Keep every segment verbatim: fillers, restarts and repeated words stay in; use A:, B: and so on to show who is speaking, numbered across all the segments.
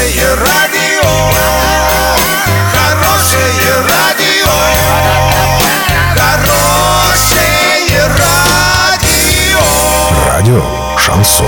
A: Хорошее радио, хорошее радио, хорошее радио.
B: Радио Шансон.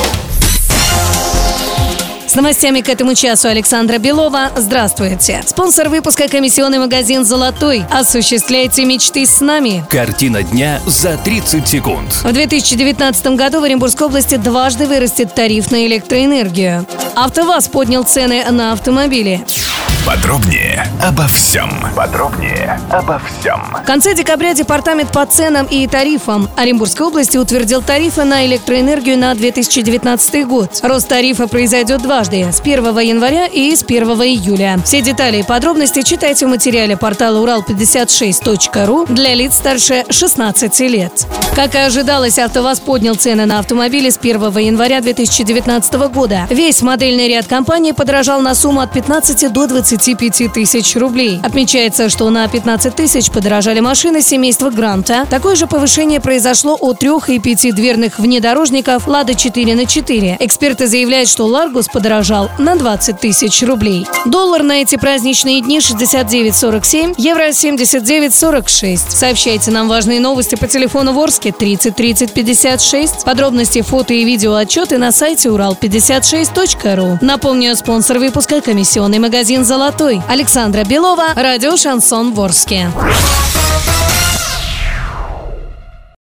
C: С новостями к этому часу Александра Белова. Здравствуйте. Спонсор выпуска — комиссионный магазин «Золотой». Осуществляйте мечты с нами.
D: Картина дня за тридцать секунд.
C: В две тысячи девятнадцатом году в Оренбургской области дважды вырастет тариф на электроэнергию. АвтоВАЗ поднял цены на автомобили.
B: Подробнее обо всем. Подробнее обо всем.
C: В конце декабря Департамент по ценам и тарифам Оренбургской области утвердил тарифы на электроэнергию на две тысячи девятнадцатый год. Рост тарифа произойдет дважды – с первого января и с первого июля. Все детали и подробности читайте в материале портала урал пятьдесят шесть точка ру для лиц старше шестнадцати лет. Как и ожидалось, АвтоВАЗ поднял цены на автомобили с первого января две тысячи девятнадцатого года. Весь модельный ряд компании подорожал на сумму от пятнадцати до двадцати пяти тысяч рублей. Отмечается, что на пятнадцать тысяч подорожали машины семейства Гранта. Такое же повышение произошло у трех- и пятидверных внедорожников Лада четыре на четыре. Эксперты заявляют, что Ларгус подорожал на двадцать тысяч рублей. Доллар на эти праздничные дни шестьдесят девять сорок семь, евро семьдесят девять сорок шесть. Сообщайте нам важные новости по телефону в Орске тридцать тридцать пятьдесят шесть. Подробности, фото и видео отчеты на сайте урал пятьдесят шесть точка ру. Напомню, спонсор выпуска — комиссионный магазин «Золотой». Александра Белова, радио «Шансон» в Орске.